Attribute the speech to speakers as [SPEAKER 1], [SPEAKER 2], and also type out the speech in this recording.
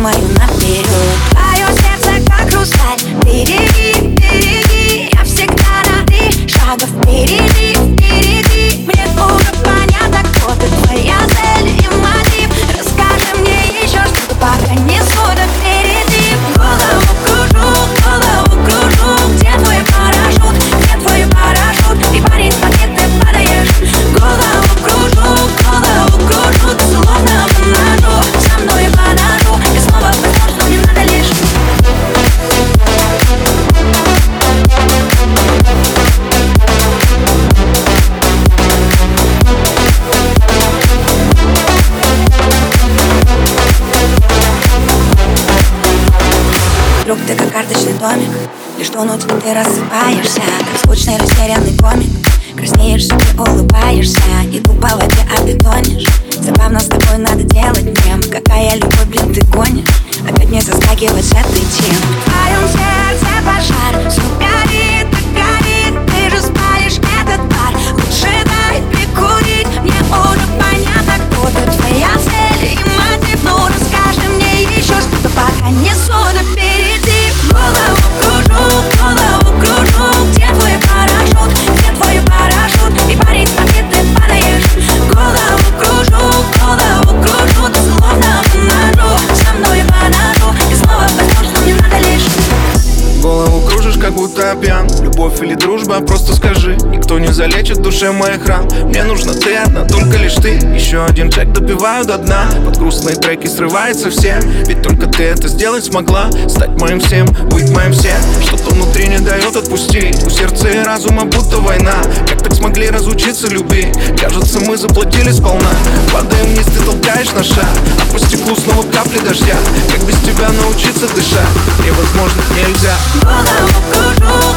[SPEAKER 1] думаю наперед. Твое сердце как хрусталь, береги, береги. Я всегда на 3 шага впереди, впереди. Мне уже понятно, кто ты, твоя цель и мотив. Расскажи мне еще что-то, пока не суда впереди. Голову кружу, где твой парашют, где твой парашют? И парень, смотри, ты падаешь. Голову кружу, ты словно в ножу. Со мной подожду, и снова поймешь, что не надо лишь. Вдруг ты как карточный домик, лишь тонуть ты рассыпаешься, как скучный растерянный комик. Краснеешь, себе улыбаешься, иду по воде, а ты тонешь. Забавно, с тобой надо делать мем. Какая любовь, блин, ты гонишь. Опять не соскакивать с этой темы. В твоем сердце пожар, все горит, так горит. Ты же спалишь этот пар. Лучше дай прикурить. Мне уже понятно, кто ты, твоя цель и мотив. Ну расскажи мне еще что-то, пока не суда впереди. Голову кружу, где твой парашют, где твой парашют? И парень, смотри, ты падаешь. Голову кружу, ты словно в ножу. Со мной подожду, и снова поймешь, что мне надо лишь.
[SPEAKER 2] Голову кружишь, как будто пьян. Любовь или дружба, просто скажи. Никто не залечит в душе моих ран. Мне нужна ты одна, только лишь ты. Еще один трек допиваю до дна. Под грустные треки срывается все. Ведь только ты это сделать смогла. Стать моим всем, быть моим всем. Что-то внутри не дает отпустить. У сердца и разума будто война. Как так смогли разучиться любви? Кажется, мы заплатили сполна. Падаем вниз, ты толкаешь на шаг. А по стеклу снова капли дождя. Как без тебя научиться дышать? Невозможно, нельзя.
[SPEAKER 1] Голову кружу,